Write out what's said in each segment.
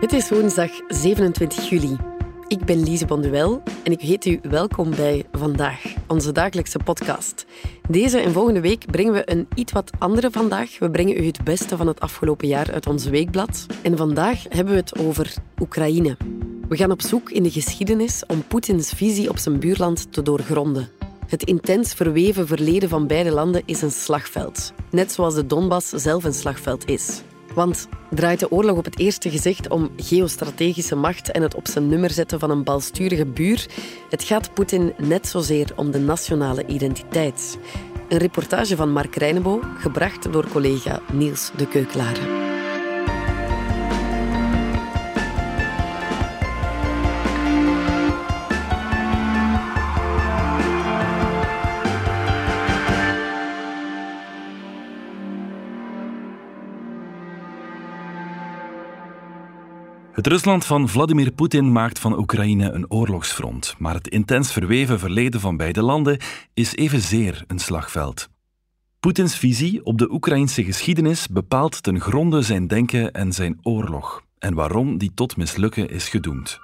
Het is woensdag 27 juli. Ik ben Lise Bonduel en ik heet u welkom bij Vandaag, onze dagelijkse podcast. Deze en volgende week brengen we een iets wat andere Vandaag. We brengen u het beste van het afgelopen jaar uit ons weekblad. En vandaag hebben we het over Oekraïne. We gaan op zoek in de geschiedenis om Poetins visie op zijn buurland te doorgronden. Het intens verweven verleden van beide landen is een slagveld. Net zoals de Donbass zelf een slagveld is. Want draait de oorlog op het eerste gezicht om geostrategische macht en het op zijn nummer zetten van een balsturige buur? Het gaat Poetin net zozeer om de nationale identiteit. Een reportage van Mark Reinebo, gebracht door collega Niels de Keuklare. Het Rusland van Vladimir Poetin maakt van Oekraïne een oorlogsfront, maar het intens verweven verleden van beide landen is evenzeer een slagveld. Poetins visie op de Oekraïnse geschiedenis bepaalt ten gronde zijn denken en zijn oorlog, en waarom die tot mislukken is gedoemd.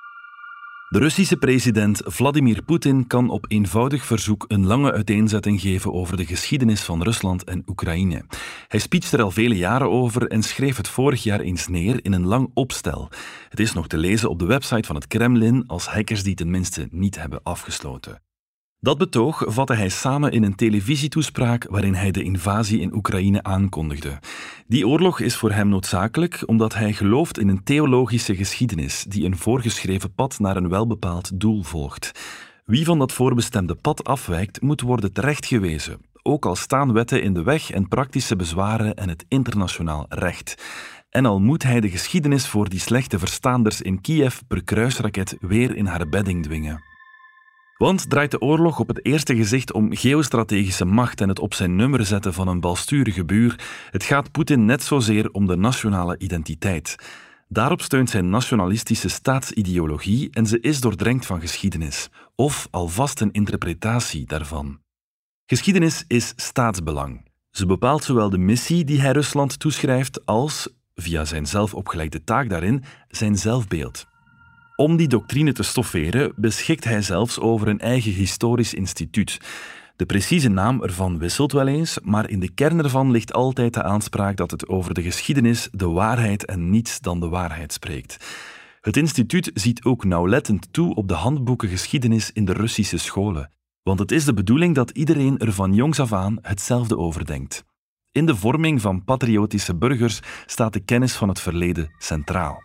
De Russische president Vladimir Poetin kan op eenvoudig verzoek een lange uiteenzetting geven over de geschiedenis van Rusland en Oekraïne. Hij speecht er al vele jaren over en schreef het vorig jaar eens neer in een lang opstel. Het is nog te lezen op de website van het Kremlin als hackers die tenminste niet hebben afgesloten. Dat betoog vatte hij samen in een televisietoespraak waarin hij de invasie in Oekraïne aankondigde. Die oorlog is voor hem noodzakelijk omdat hij gelooft in een theologische geschiedenis die een voorgeschreven pad naar een welbepaald doel volgt. Wie van dat voorbestemde pad afwijkt, moet worden terechtgewezen, ook al staan wetten in de weg en praktische bezwaren en het internationaal recht. En al moet hij de geschiedenis voor die slechte verstaanders in Kiev per kruisraket weer in haar bedding dwingen. Want draait de oorlog op het eerste gezicht om geostrategische macht en het op zijn nummer zetten van een balsturige buur, het gaat Poetin net zozeer om de nationale identiteit. Daarop steunt zijn nationalistische staatsideologie en ze is doordrenkt van geschiedenis, of alvast een interpretatie daarvan. Geschiedenis is staatsbelang. Ze bepaalt zowel de missie die hij Rusland toeschrijft als, via zijn zelfopgelegde taak daarin, zijn zelfbeeld. Om die doctrine te stofferen beschikt hij zelfs over een eigen historisch instituut. De precieze naam ervan wisselt wel eens, maar in de kern ervan ligt altijd de aanspraak dat het over de geschiedenis, de waarheid en niets dan de waarheid spreekt. Het instituut ziet ook nauwlettend toe op de handboeken geschiedenis in de Russische scholen. Want het is de bedoeling dat iedereen er van jongs af aan hetzelfde over denkt. In de vorming van patriotische burgers staat de kennis van het verleden centraal.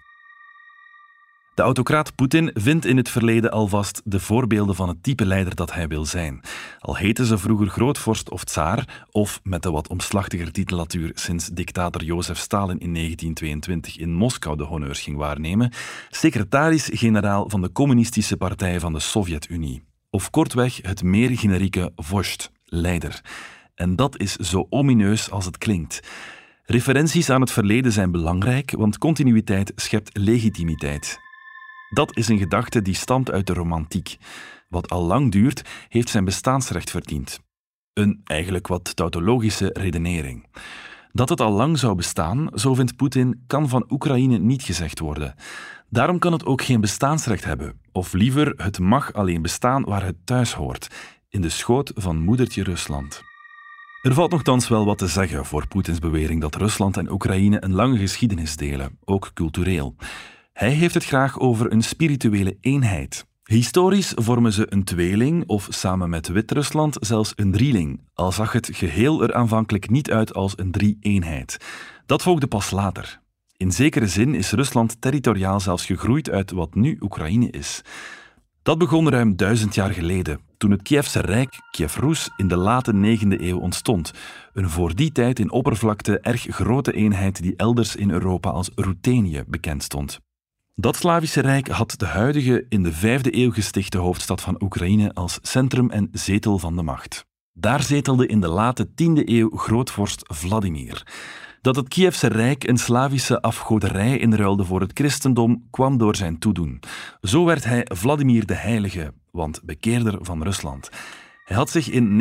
De autocraat Poetin vindt in het verleden alvast de voorbeelden van het type leider dat hij wil zijn. Al heten ze vroeger grootvorst of tsaar, of met de wat omslachtiger titulatuur sinds dictator Jozef Stalin in 1922 in Moskou de honneurs ging waarnemen, secretaris-generaal van de communistische partij van de Sovjet-Unie. Of kortweg het meer generieke vozhd, leider. En dat is zo omineus als het klinkt. Referenties aan het verleden zijn belangrijk, want continuïteit schept legitimiteit. Dat is een gedachte die stamt uit de romantiek. Wat al lang duurt, heeft zijn bestaansrecht verdiend. Een eigenlijk wat tautologische redenering. Dat het al lang zou bestaan, zo vindt Poetin, kan van Oekraïne niet gezegd worden. Daarom kan het ook geen bestaansrecht hebben. Of liever, het mag alleen bestaan waar het thuis hoort, in de schoot van moedertje Rusland. Er valt nochtans wel wat te zeggen voor Poetins bewering dat Rusland en Oekraïne een lange geschiedenis delen, ook cultureel. Hij heeft het graag over een spirituele eenheid. Historisch vormen ze een tweeling of samen met Wit-Rusland zelfs een drieling, al zag het geheel er aanvankelijk niet uit als een drie-eenheid. Dat volgde pas later. In zekere zin is Rusland territoriaal zelfs gegroeid uit wat nu Oekraïne is. Dat begon ruim 1000 jaar geleden, toen het Kievse Rijk, Kiev Rus, in de late 9e eeuw ontstond. Een voor die tijd in oppervlakte erg grote eenheid die elders in Europa als Ruthenië bekend stond. Dat Slavische Rijk had de huidige, in de 5e eeuw gestichte hoofdstad van Oekraïne als centrum en zetel van de macht. Daar zetelde in de late 10e eeuw grootvorst Vladimir. Dat het Kievse Rijk een Slavische afgoderij inruilde voor het christendom kwam door zijn toedoen. Zo werd hij Vladimir de Heilige, want bekeerder van Rusland. Hij had zich in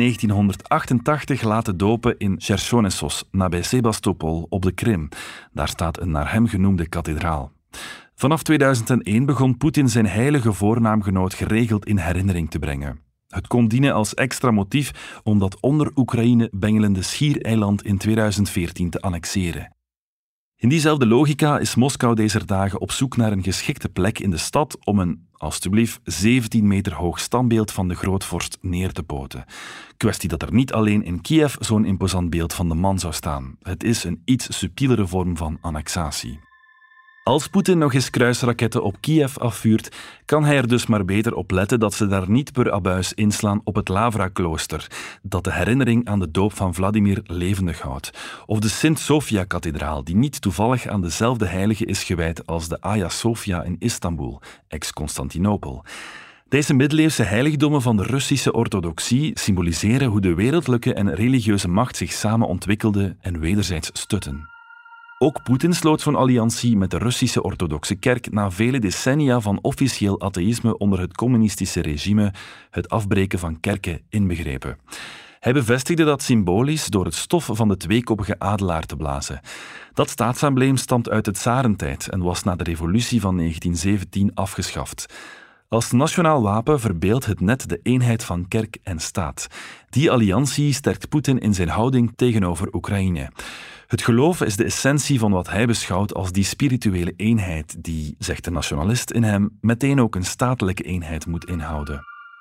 1988 laten dopen in Chersonesos, nabij Sebastopol op de Krim. Daar staat een naar hem genoemde kathedraal. Vanaf 2001 begon Poetin zijn heilige voornaamgenoot geregeld in herinnering te brengen. Het kon dienen als extra motief om dat onder Oekraïne bengelende schiereiland in 2014 te annexeren. In diezelfde logica is Moskou deze dagen op zoek naar een geschikte plek in de stad om een, alstublieft, 17 meter hoog standbeeld van de grootvorst neer te poten. Kwestie dat er niet alleen in Kiev zo'n imposant beeld van de man zou staan. Het is een iets subtielere vorm van annexatie. Als Poetin nog eens kruisraketten op Kiev afvuurt, kan hij er dus maar beter op letten dat ze daar niet per abuis inslaan op het Lavra-klooster, dat de herinnering aan de doop van Vladimir levendig houdt, of de Sint-Sofia-kathedraal, die niet toevallig aan dezelfde heilige is gewijd als de Hagia Sophia in Istanbul, ex-Constantinopel. Deze middeleeuwse heiligdommen van de Russische orthodoxie symboliseren hoe de wereldlijke en religieuze macht zich samen ontwikkelde en wederzijds stutten. Ook Poetin sloot zo'n alliantie met de Russische orthodoxe kerk na vele decennia van officieel atheïsme onder het communistische regime, het afbreken van kerken inbegrepen. Hij bevestigde dat symbolisch door het stof van de tweekoppige adelaar te blazen. Dat staatsembleem stamt uit de tsarentijd en was na de revolutie van 1917 afgeschaft. Als nationaal wapen verbeeldt het net de eenheid van kerk en staat. Die alliantie sterkt Poetin in zijn houding tegenover Oekraïne. Het geloof is de essentie van wat hij beschouwt als die spirituele eenheid die, zegt de nationalist in hem, meteen ook een statelijke eenheid moet inhouden.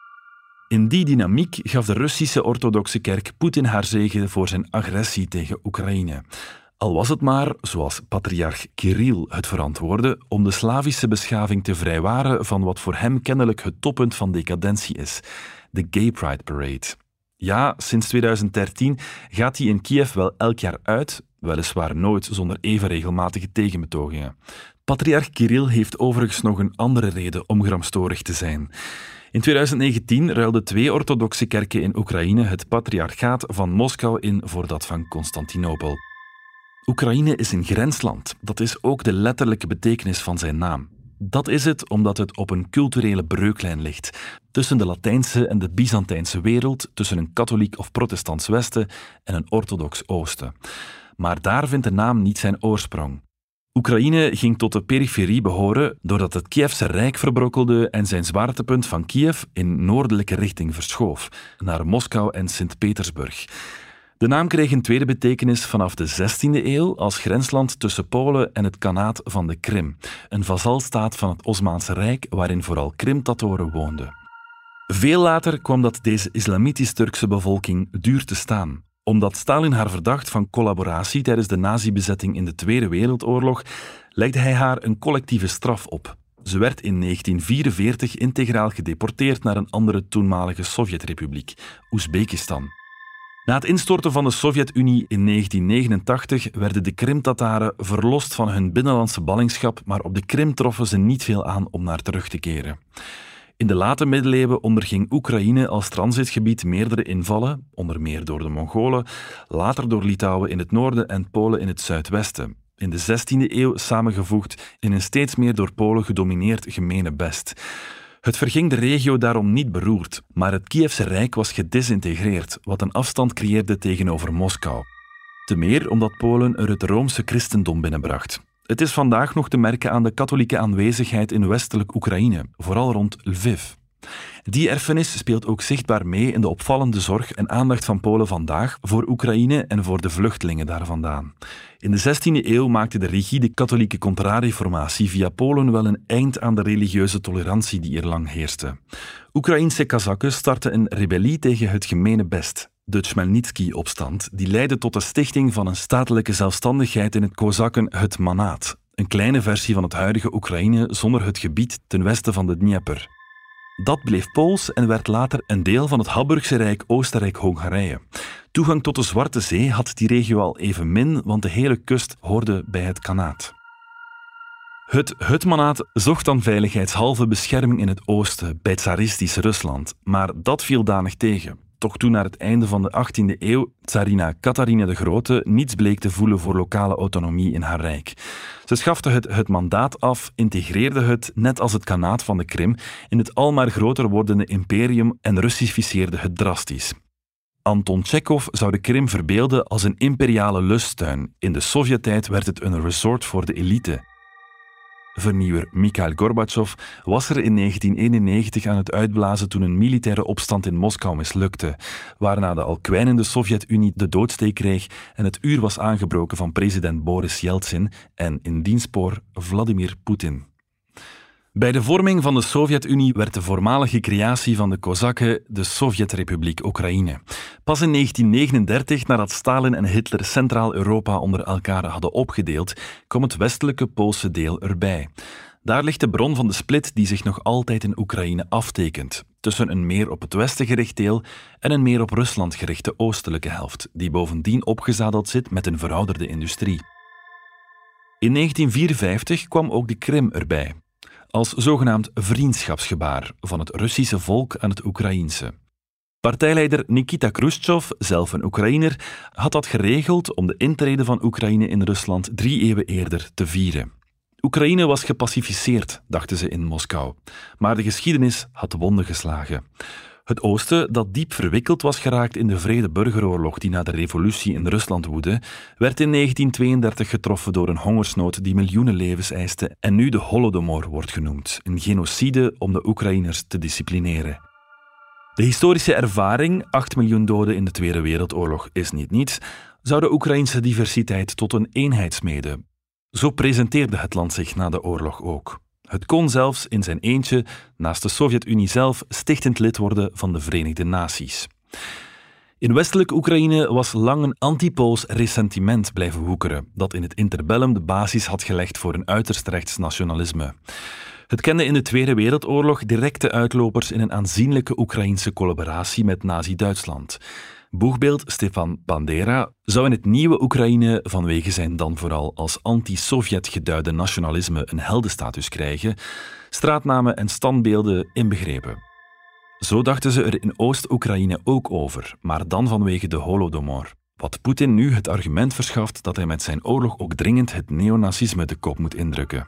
In die dynamiek gaf de Russische orthodoxe kerk Poetin haar zegen voor zijn agressie tegen Oekraïne. Al was het maar, zoals patriarch Kirill het verantwoordde, om de Slavische beschaving te vrijwaren van wat voor hem kennelijk het toppunt van decadentie is, de Gay Pride Parade. Ja, sinds 2013 gaat hij in Kiev wel elk jaar uit, weliswaar nooit zonder even regelmatige tegenbetogingen. Patriarch Kirill heeft overigens nog een andere reden om gramstorig te zijn. In 2019 ruilden 2 orthodoxe kerken in Oekraïne het patriarchaat van Moskou in voor dat van Constantinopel. Oekraïne is een grensland. Dat is ook de letterlijke betekenis van zijn naam. Dat is het omdat het op een culturele breuklijn ligt. Tussen de Latijnse en de Byzantijnse wereld, tussen een katholiek of protestants Westen en een orthodox Oosten. Maar daar vindt de naam niet zijn oorsprong. Oekraïne ging tot de periferie behoren doordat het Kievse Rijk verbrokkelde en zijn zwaartepunt van Kiev in noordelijke richting verschoof, naar Moskou en Sint-Petersburg. De naam kreeg een tweede betekenis vanaf de 16e eeuw als grensland tussen Polen en het Kanaat van de Krim, een vazalstaat van het Osmaanse Rijk waarin vooral Krim-Tatoren woonden. Veel later kwam dat deze islamitisch-Turkse bevolking duur te staan. Omdat Stalin haar verdacht van collaboratie tijdens de nazi-bezetting in de Tweede Wereldoorlog, legde hij haar een collectieve straf op. Ze werd in 1944 integraal gedeporteerd naar een andere toenmalige Sovjetrepubliek, Oezbekistan. Na het instorten van de Sovjet-Unie in 1989 werden de Krim-Tataren verlost van hun binnenlandse ballingschap, maar op de Krim troffen ze niet veel aan om naar terug te keren. In de late middeleeuwen onderging Oekraïne als transitgebied meerdere invallen, onder meer door de Mongolen, later door Litouwen in het noorden en Polen in het zuidwesten. In de 16e eeuw samengevoegd in een steeds meer door Polen gedomineerd Gemeenebest. Het verging de regio daarom niet beroerd, maar het Kievse Rijk was gedisintegreerd, wat een afstand creëerde tegenover Moskou. Te meer omdat Polen er het Roomse christendom binnenbracht. Het is vandaag nog te merken aan de katholieke aanwezigheid in westelijk Oekraïne, vooral rond Lviv. Die erfenis speelt ook zichtbaar mee in de opvallende zorg en aandacht van Polen vandaag voor Oekraïne en voor de vluchtelingen daar vandaan. In de 16e eeuw maakte de rigide katholieke contra-reformatie via Polen wel een eind aan de religieuze tolerantie die er lang heerste. Oekraïense Kazakken startten een rebellie tegen het Gemeenebest, de Chmelnytsky-opstand, die leidde tot de stichting van een statelijke zelfstandigheid in het Kozakken Hetmanat, een kleine versie van het huidige Oekraïne zonder het gebied ten westen van de Dnieper. Dat bleef Pools en werd later een deel van het Habsburgse Rijk Oostenrijk-Hongarije. Toegang tot de Zwarte Zee had die regio al evenmin, want de hele kust hoorde bij het Kanaat. Het Hetmanaat zocht dan veiligheidshalve bescherming in het oosten, bij tsaristisch Rusland, maar dat viel danig tegen. Toch toen naar het einde van de 18e eeuw tsarina Katharina de Grote niets bleek te voelen voor lokale autonomie in haar rijk. Ze schafte het mandaat af, integreerde het, net als het Kanaat van de Krim, in het almaar groter wordende imperium en Russificeerde het drastisch. Anton Tjechov zou de Krim verbeelden als een imperiale lusttuin. In de Sovjettijd werd het een resort voor de elite. Vernieuwer Mikhail Gorbachev was er in 1991 aan het uitblazen toen een militaire opstand in Moskou mislukte, waarna de al kwijnende Sovjet-Unie de doodsteek kreeg en het uur was aangebroken van president Boris Yeltsin en in diens spoor Vladimir Poetin. Bij de vorming van de Sovjet-Unie werd de voormalige creatie van de Kozakken de Sovjet-Republiek Oekraïne. Pas in 1939, nadat Stalin en Hitler Centraal-Europa onder elkaar hadden opgedeeld, kwam het westelijke Poolse deel erbij. Daar ligt de bron van de split die zich nog altijd in Oekraïne aftekent, tussen een meer op het westen gericht deel en een meer op Rusland gerichte oostelijke helft, die bovendien opgezadeld zit met een verouderde industrie. In 1954 kwam ook de Krim erbij, als zogenaamd vriendschapsgebaar van het Russische volk aan het Oekraïense. Partijleider Nikita Khrushchev, zelf een Oekraïner, had dat geregeld om de intrede van Oekraïne in Rusland 3 eeuwen eerder te vieren. Oekraïne was gepacificeerd, dachten ze in Moskou, maar de geschiedenis had wonden geslagen. Het oosten, dat diep verwikkeld was geraakt in de wrede burgeroorlog die na de revolutie in Rusland woedde, werd in 1932 getroffen door een hongersnood die miljoenen levens eiste en nu de Holodomor wordt genoemd, een genocide om de Oekraïners te disciplineren. De historische ervaring, 8 miljoen doden in de Tweede Wereldoorlog, is niet niets, zou de Oekraïnse diversiteit tot een eenheid smeden. Zo presenteerde het land zich na de oorlog ook. Het kon zelfs in zijn eentje, naast de Sovjet-Unie zelf, stichtend lid worden van de Verenigde Naties. In westelijk Oekraïne was lang een anti-Pools ressentiment blijven woekeren, dat in het interbellum de basis had gelegd voor een uiterst rechts nationalisme. Het kende in de Tweede Wereldoorlog directe uitlopers in een aanzienlijke Oekraïnse collaboratie met Nazi-Duitsland. Boegbeeld Stepan Bandera zou in het nieuwe Oekraïne vanwege zijn dan vooral als anti-Sovjet geduide nationalisme een heldenstatus krijgen, straatnamen en standbeelden inbegrepen. Zo dachten ze er in Oost-Oekraïne ook over, maar dan vanwege de Holodomor. Wat Poetin nu het argument verschaft dat hij met zijn oorlog ook dringend het neonazisme de kop moet indrukken.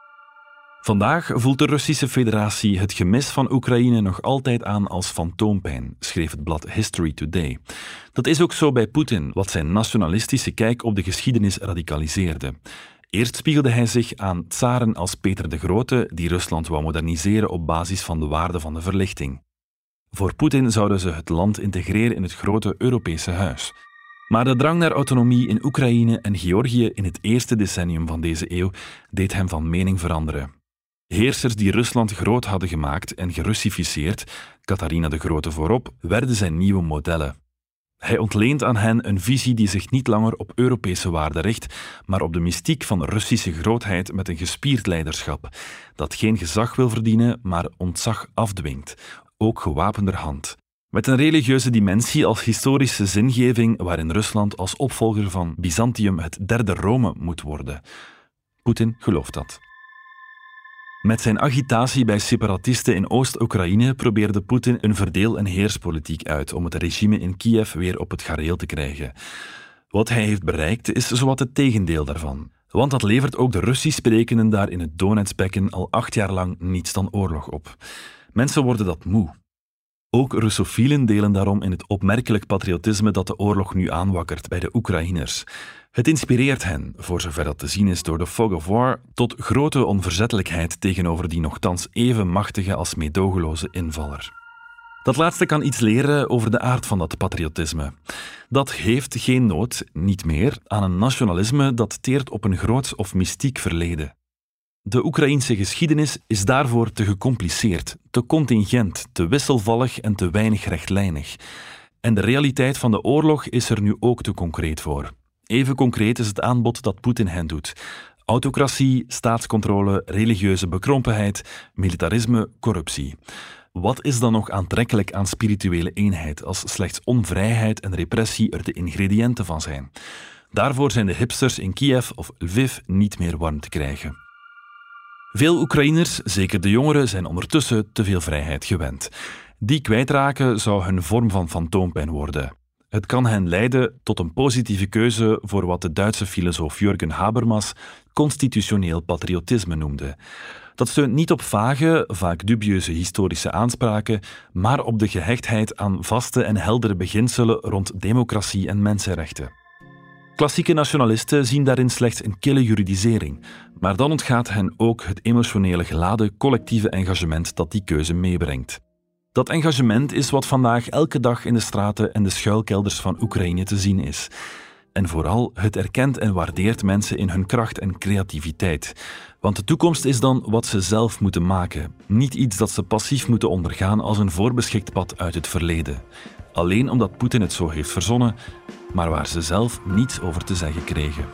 Vandaag voelt de Russische Federatie het gemis van Oekraïne nog altijd aan als fantoompijn, schreef het blad History Today. Dat is ook zo bij Poetin, wat zijn nationalistische kijk op de geschiedenis radicaliseerde. Eerst spiegelde hij zich aan tsaren als Peter de Grote, die Rusland wou moderniseren op basis van de waarden van de verlichting. Voor Poetin zouden ze het land integreren in het grote Europese huis. Maar de drang naar autonomie in Oekraïne en Georgië in het eerste decennium van deze eeuw deed hem van mening veranderen. Heersers die Rusland groot hadden gemaakt en gerussificeerd, Katharina de Grote voorop, werden zijn nieuwe modellen. Hij ontleent aan hen een visie die zich niet langer op Europese waarden richt, maar op de mystiek van Russische grootheid met een gespierd leiderschap, dat geen gezag wil verdienen, maar ontzag afdwingt, ook gewapenderhand. Met een religieuze dimensie als historische zingeving waarin Rusland als opvolger van Byzantium het derde Rome moet worden. Poetin gelooft dat. Met zijn agitatie bij separatisten in Oost-Oekraïne probeerde Poetin een verdeel- en heerspolitiek uit om het regime in Kiev weer op het gareel te krijgen. Wat hij heeft bereikt is zowat het tegendeel daarvan. Want dat levert ook de Russisch sprekenden daar in het Donetsbekken al 8 jaar lang niets dan oorlog op. Mensen worden dat moe. Ook Russofielen delen daarom in het opmerkelijk patriotisme dat de oorlog nu aanwakkert bij de Oekraïners. Het inspireert hen, voor zover dat te zien is door de fog of war, tot grote onverzettelijkheid tegenover die nochtans even machtige als meedogenloze invaller. Dat laatste kan iets leren over de aard van dat patriotisme. Dat heeft geen nood, niet meer, aan een nationalisme dat teert op een groots of mystiek verleden. De Oekraïense geschiedenis is daarvoor te gecompliceerd, te contingent, te wisselvallig en te weinig rechtlijnig. En de realiteit van de oorlog is er nu ook te concreet voor. Even concreet is het aanbod dat Poetin hen doet. Autocratie, staatscontrole, religieuze bekrompenheid, militarisme, corruptie. Wat is dan nog aantrekkelijk aan spirituele eenheid als slechts onvrijheid en repressie er de ingrediënten van zijn? Daarvoor zijn de hipsters in Kiev of Lviv niet meer warm te krijgen. Veel Oekraïners, zeker de jongeren, zijn ondertussen te veel vrijheid gewend. Die kwijtraken zou hun vorm van fantoompijn worden. Het kan hen leiden tot een positieve keuze voor wat de Duitse filosoof Jürgen Habermas constitutioneel patriotisme noemde. Dat steunt niet op vage, vaak dubieuze historische aanspraken, maar op de gehechtheid aan vaste en heldere beginselen rond democratie en mensenrechten. Klassieke nationalisten zien daarin slechts een kille juridisering, maar dan ontgaat hen ook het emotionele geladen collectieve engagement dat die keuze meebrengt. Dat engagement is wat vandaag elke dag in de straten en de schuilkelders van Oekraïne te zien is. En vooral, het erkent en waardeert mensen in hun kracht en creativiteit. Want de toekomst is dan wat ze zelf moeten maken. Niet iets dat ze passief moeten ondergaan als een voorbeschikt pad uit het verleden. Alleen omdat Poetin het zo heeft verzonnen, maar waar ze zelf niets over te zeggen kregen.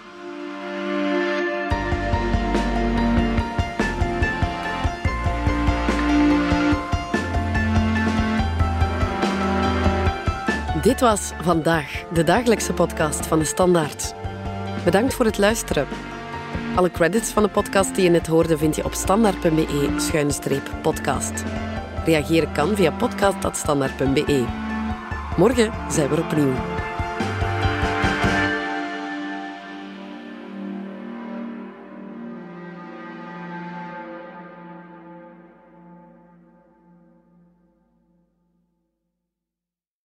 Dit was Vandaag, de dagelijkse podcast van De Standaard. Bedankt voor het luisteren. Alle credits van de podcast die je net hoorde vind je op standaard.be/podcast. Reageren kan via podcast@standaard.be. Morgen zijn we er opnieuw.